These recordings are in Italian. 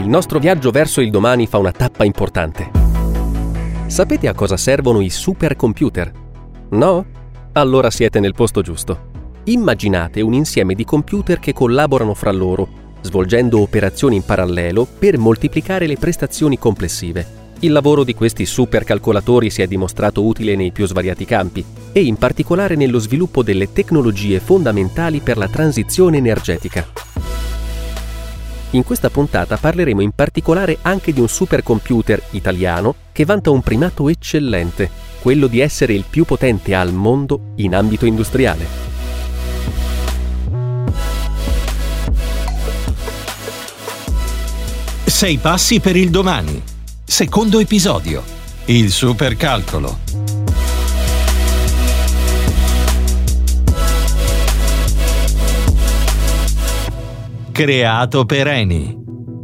il nostro viaggio verso il domani fa una tappa importante. Sapete a cosa servono i supercomputer? No? Allora siete nel posto giusto. Immaginate un insieme di computer che collaborano fra loro, svolgendo operazioni in parallelo per moltiplicare le prestazioni complessive. Il lavoro di questi supercalcolatori si è dimostrato utile nei più svariati campi e in particolare nello sviluppo delle tecnologie fondamentali per la transizione energetica. In questa puntata parleremo in particolare anche di un supercomputer italiano che vanta un primato eccellente, quello di essere il più potente al mondo in ambito industriale. 6 passi per il domani. Secondo episodio. Il supercalcolo. Creato per Eni.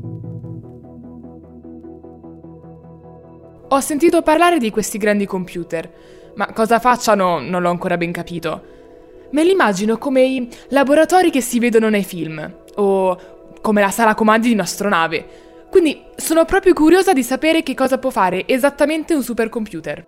Ho sentito parlare di questi grandi computer, ma cosa facciano non l'ho ancora ben capito. Me li immagino come i laboratori che si vedono nei film, o come la sala comandi di un'astronave. Quindi sono proprio curiosa di sapere che cosa può fare esattamente un supercomputer.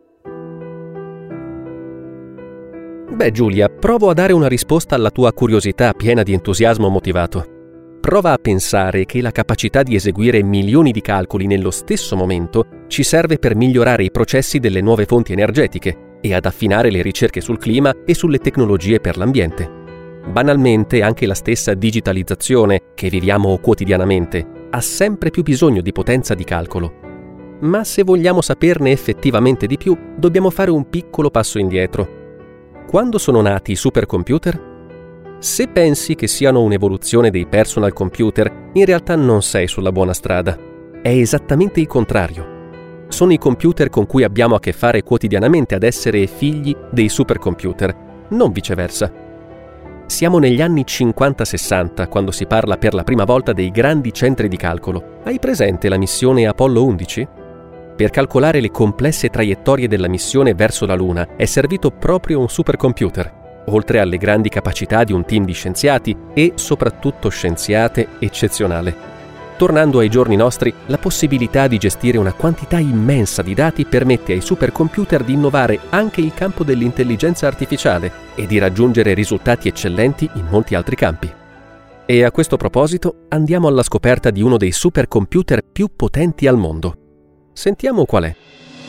Beh, Giulia, provo a dare una risposta alla tua curiosità piena di entusiasmo motivato. Prova a pensare che la capacità di eseguire milioni di calcoli nello stesso momento ci serve per migliorare i processi delle nuove fonti energetiche e ad affinare le ricerche sul clima e sulle tecnologie per l'ambiente. Banalmente, anche la stessa digitalizzazione che viviamo quotidianamente ha sempre più bisogno di potenza di calcolo. Ma se vogliamo saperne effettivamente di più, dobbiamo fare un piccolo passo indietro. Quando sono nati i supercomputer? Se pensi che siano un'evoluzione dei personal computer, in realtà non sei sulla buona strada. È esattamente il contrario. Sono i computer con cui abbiamo a che fare quotidianamente ad essere figli dei supercomputer, non viceversa. Siamo negli anni 50-60 quando si parla per la prima volta dei grandi centri di calcolo. Hai presente la missione Apollo 11? Per calcolare le complesse traiettorie della missione verso la Luna è servito proprio un supercomputer, oltre alle grandi capacità di un team di scienziati e soprattutto scienziate eccezionale. Tornando ai giorni nostri, la possibilità di gestire una quantità immensa di dati permette ai supercomputer di innovare anche il campo dell'intelligenza artificiale e di raggiungere risultati eccellenti in molti altri campi. E a questo proposito andiamo alla scoperta di uno dei supercomputer più potenti al mondo. Sentiamo qual è.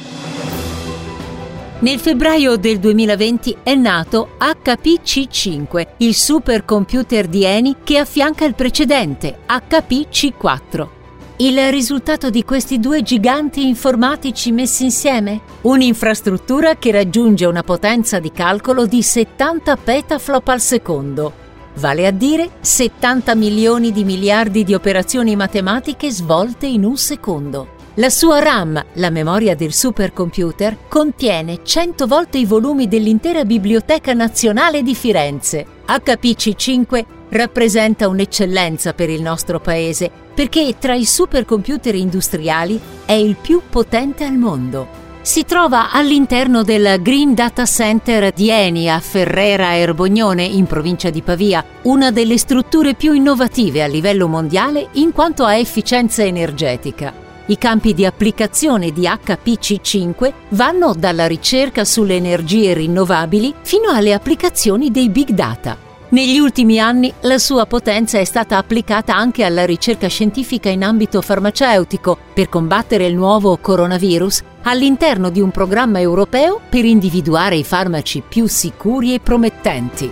Nel febbraio del 2020 è nato HPC5, il supercomputer di Eni che affianca il precedente, HPC4. Il risultato di questi due giganti informatici messi insieme? Un'infrastruttura che raggiunge una potenza di calcolo di 70 petaflop al secondo, vale a dire 70 milioni di miliardi di operazioni matematiche svolte in un secondo. La sua RAM, la memoria del supercomputer, contiene 100 volte i volumi dell'intera Biblioteca Nazionale di Firenze. HPC5 rappresenta un'eccellenza per il nostro paese perché tra i supercomputer industriali è il più potente al mondo. Si trova all'interno del Green Data Center di Eni a Ferrera Erbognone, in provincia di Pavia, una delle strutture più innovative a livello mondiale in quanto a efficienza energetica. I campi di applicazione di HPC5 vanno dalla ricerca sulle energie rinnovabili fino alle applicazioni dei big data. Negli ultimi anni la sua potenza è stata applicata anche alla ricerca scientifica in ambito farmaceutico per combattere il nuovo coronavirus all'interno di un programma europeo per individuare i farmaci più sicuri e promettenti.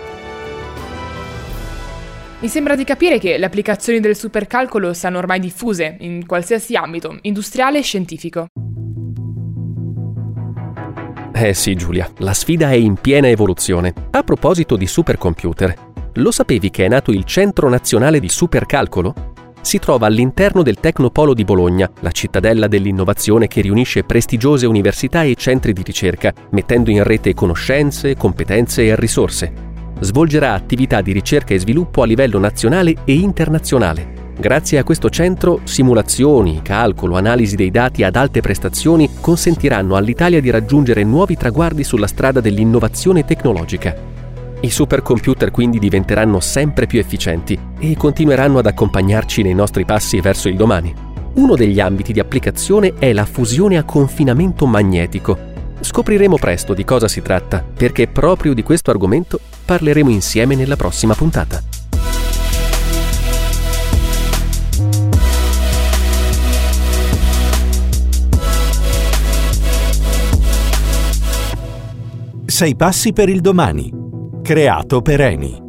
Mi sembra di capire che le applicazioni del supercalcolo siano ormai diffuse in qualsiasi ambito, industriale e scientifico. Sì, Giulia, la sfida è in piena evoluzione. A proposito di supercomputer, lo sapevi che è nato il Centro Nazionale di Supercalcolo? Si trova all'interno del Tecnopolo di Bologna, la cittadella dell'innovazione che riunisce prestigiose università e centri di ricerca, mettendo in rete conoscenze, competenze e risorse. Svolgerà attività di ricerca e sviluppo a livello nazionale e internazionale. Grazie a questo centro, simulazioni, calcolo, analisi dei dati ad alte prestazioni consentiranno all'Italia di raggiungere nuovi traguardi sulla strada dell'innovazione tecnologica. I supercomputer quindi diventeranno sempre più efficienti e continueranno ad accompagnarci nei nostri passi verso il domani. Uno degli ambiti di applicazione è la fusione a confinamento magnetico. Scopriremo presto di cosa si tratta, perché proprio di questo argomento parleremo insieme nella prossima puntata. Sei passi per il domani. Creato per Eni.